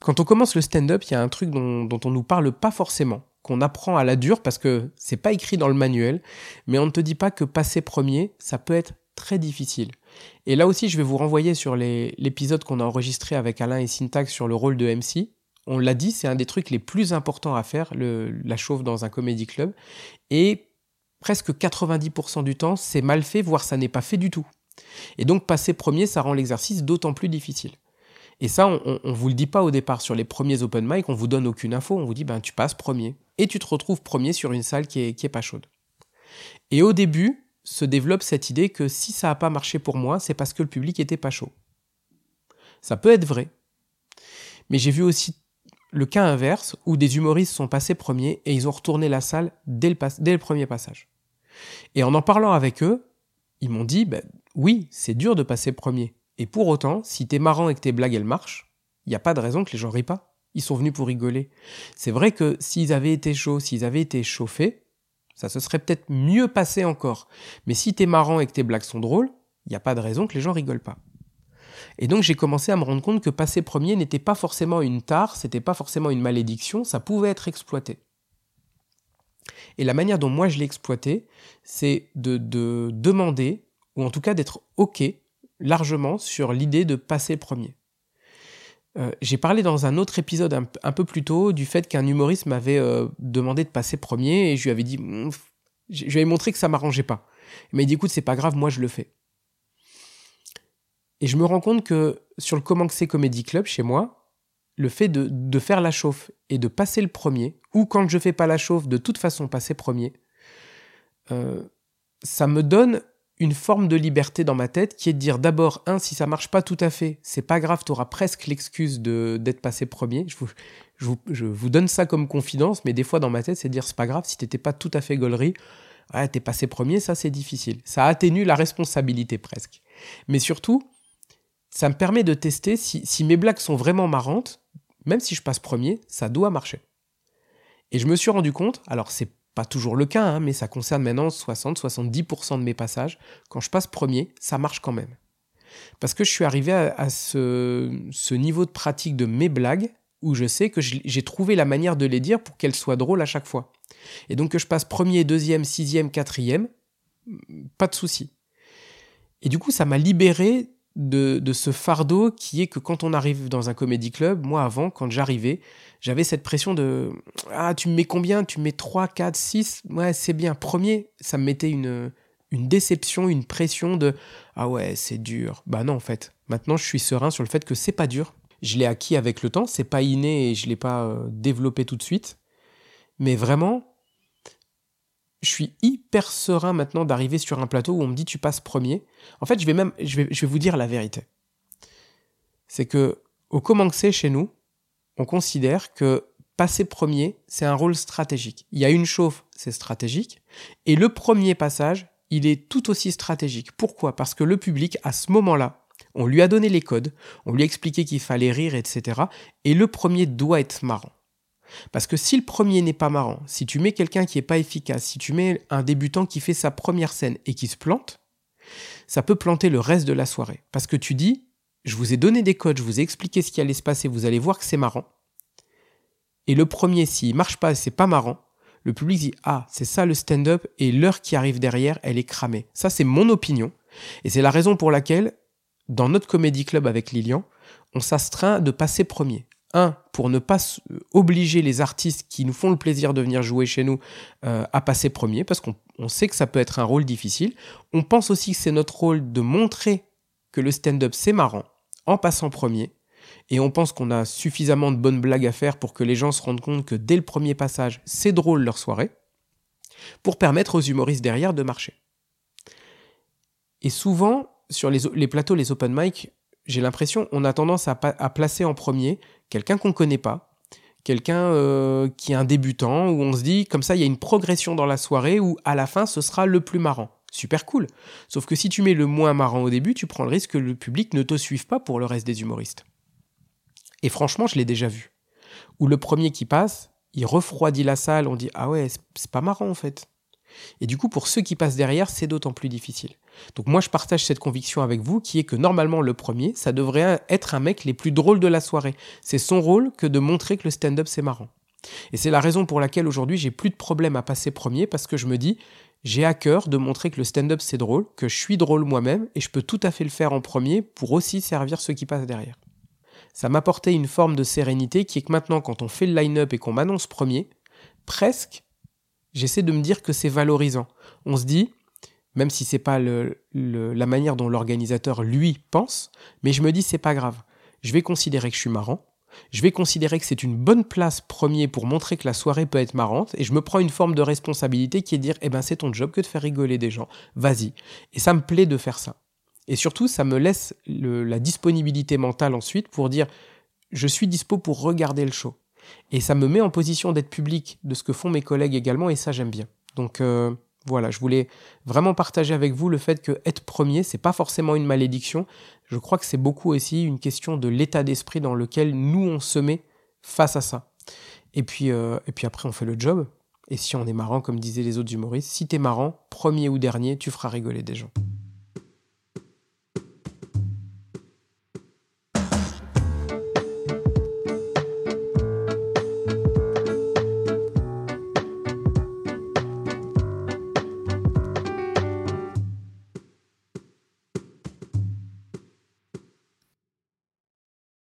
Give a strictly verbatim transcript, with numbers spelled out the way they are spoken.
Quand on commence le stand-up, il y a un truc dont, dont on ne nous parle pas forcément, qu'on apprend à la dure parce que c'est pas écrit dans le manuel, mais on ne te dit pas que passer premier, ça peut être très difficile. Et là aussi, je vais vous renvoyer sur les, l'épisode qu'on a enregistré avec Alain et Syntax sur le rôle de M C. On l'a dit, c'est un des trucs les plus importants à faire, le, la chauffe dans un comedy club. Et presque quatre-vingt-dix pour cent du temps, c'est mal fait, voire ça n'est pas fait du tout. Et donc, passer premier, ça rend l'exercice d'autant plus difficile. Et ça, on ne vous le dit pas au départ sur les premiers open mic, on vous donne aucune info, on vous dit ben, tu passes premier. Et tu te retrouves premier sur une salle qui est, qui est pas chaude. Et au début, se développe cette idée que si ça n'a pas marché pour moi, c'est parce que le public était pas chaud. Ça peut être vrai. Mais j'ai vu aussi le cas inverse, où des humoristes sont passés premiers et ils ont retourné la salle dès le, pas- dès le premier passage. Et en en parlant avec eux, ils m'ont dit ben, oui, c'est dur de passer premier. Et pour autant, si t'es marrant et que tes blagues, elles marchent, il n'y a pas de raison que les gens rient pas. Ils sont venus pour rigoler. C'est vrai que s'ils avaient été chauds, s'ils avaient été chauffés, ça se serait peut-être mieux passé encore. Mais si t'es marrant et que tes blagues sont drôles, il n'y a pas de raison que les gens rigolent pas. Et donc j'ai commencé à me rendre compte que passer premier n'était pas forcément une tare, c'était pas forcément une malédiction, ça pouvait être exploité. Et la manière dont moi je l'ai exploité, c'est de, de demander, ou en tout cas d'être OK, largement sur l'idée de passer premier. Euh, j'ai parlé dans un autre épisode un, un peu plus tôt du fait qu'un humoriste m'avait euh, demandé de passer premier et je lui avais dit, je lui avais montré que ça m'arrangeait pas. Il m'a dit écoute, c'est pas grave, moi je le fais. Et je me rends compte que sur le Comment que c'est Comedy Club, chez moi, le fait de, de faire la chauffe et de passer le premier, ou quand je fais pas la chauffe, de toute façon passer premier, euh, ça me donne une forme de liberté dans ma tête qui est de dire d'abord, un, si ça marche pas tout à fait, c'est pas grave, tu auras presque l'excuse de, d'être passé premier. Je vous, je, vous, je vous donne ça comme confidence, mais des fois dans ma tête, c'est de dire c'est pas grave, si t'étais pas tout à fait gaulerie, ouais, t'es passé premier, ça c'est difficile. Ça atténue la responsabilité presque. Mais surtout, ça me permet de tester si, si mes blagues sont vraiment marrantes, même si je passe premier, ça doit marcher. Et je me suis rendu compte, alors c'est pas toujours le cas, hein, mais ça concerne maintenant soixante à soixante-dix pour cent de mes passages. Quand je passe premier, ça marche quand même. Parce que je suis arrivé à, à ce, ce niveau de pratique de mes blagues où je sais que j'ai trouvé la manière de les dire pour qu'elles soient drôles à chaque fois. Et donc que je passe premier, deuxième, sixième, quatrième, pas de souci. Et du coup, ça m'a libéré de, de ce fardeau qui est que quand on arrive dans un comédie club, moi avant, quand j'arrivais, j'avais cette pression de « Ah, tu me mets combien ? Tu me mets trois, quatre, six ? Ouais, c'est bien. » Premier, ça me mettait une, une déception, une pression de « Ah ouais, c'est dur. » Bah non, en fait. Maintenant, je suis serein sur le fait que c'est pas dur. Je l'ai acquis avec le temps. C'est pas inné et je l'ai pas euh, développé tout de suite. Mais vraiment, je suis hyper serein maintenant d'arriver sur un plateau où on me dit « Tu passes premier. » En fait, je vais même, je vais, je vais vous dire la vérité. C'est que au Comment que c'est chez nous, on considère que passer premier, c'est un rôle stratégique. Il y a une chauffe, c'est stratégique, et le premier passage, il est tout aussi stratégique. Pourquoi ? Parce que le public, à ce moment-là, on lui a donné les codes, on lui a expliqué qu'il fallait rire, et cetera, et le premier doit être marrant. Parce que si le premier n'est pas marrant, si tu mets quelqu'un qui n'est pas efficace, si tu mets un débutant qui fait sa première scène et qui se plante, ça peut planter le reste de la soirée. Parce que tu dis, je vous ai donné des codes, je vous ai expliqué ce qui allait se passer, vous allez voir que c'est marrant. Et le premier, s'il marche pas, c'est pas marrant, le public dit « Ah, c'est ça le stand-up » et l'heure qui arrive derrière, elle est cramée. Ça, c'est mon opinion. Et c'est la raison pour laquelle, dans notre comédie club avec Lilian, on s'astreint de passer premier. Un, pour ne pas obliger les artistes qui nous font le plaisir de venir jouer chez nous euh, à passer premier, parce qu'on on sait que ça peut être un rôle difficile. On pense aussi que c'est notre rôle de montrer que le stand-up, c'est marrant, en passant premier, et on pense qu'on a suffisamment de bonnes blagues à faire pour que les gens se rendent compte que dès le premier passage, c'est drôle leur soirée, pour permettre aux humoristes derrière de marcher. Et souvent, sur les, les plateaux, les open mic, j'ai l'impression on a tendance à, pa- à placer en premier quelqu'un qu'on ne connaît pas, quelqu'un euh, qui est un débutant, où on se dit, comme ça, il y a une progression dans la soirée, où à la fin, ce sera le plus marrant. Super cool. Sauf que si tu mets le moins marrant au début, tu prends le risque que le public ne te suive pas pour le reste des humoristes. Et franchement, je l'ai déjà vu. Où le premier qui passe, il refroidit la salle, on dit « Ah ouais, c'est pas marrant en fait ». Et du coup, pour ceux qui passent derrière, c'est d'autant plus difficile. Donc moi, je partage cette conviction avec vous, qui est que normalement, le premier, ça devrait être un mec les plus drôles de la soirée. C'est son rôle que de montrer que le stand-up, c'est marrant. Et c'est la raison pour laquelle aujourd'hui, j'ai plus de problème à passer premier, parce que je me dis, j'ai à cœur de montrer que le stand-up, c'est drôle, que je suis drôle moi-même, et je peux tout à fait le faire en premier pour aussi servir ceux qui passent derrière. Ça m'apportait une forme de sérénité qui est que maintenant, quand on fait le line-up et qu'on m'annonce premier, presque, j'essaie de me dire que c'est valorisant. On se dit, même si c'est pas le, le, la manière dont l'organisateur, lui, pense, mais je me dis, c'est pas grave. Je vais considérer que je suis marrant, je vais considérer que c'est une bonne place premier pour montrer que la soirée peut être marrante, et je me prends une forme de responsabilité qui est de dire, eh ben c'est ton job que de faire rigoler des gens, vas-y. Et ça me plaît de faire ça. Et surtout, ça me laisse le, la disponibilité mentale ensuite pour dire, je suis dispo pour regarder le show. Et ça me met en position d'être public de ce que font mes collègues également, et ça, j'aime bien. Donc euh, voilà, je voulais vraiment partager avec vous le fait que être premier, c'est pas forcément une malédiction. Je crois que c'est beaucoup aussi une question de l'état d'esprit dans lequel nous, on se met face à ça. Et puis, euh, et puis après, on fait le job. Et si on est marrant, comme disaient les autres humoristes, si t'es marrant, premier ou dernier, tu feras rigoler des gens.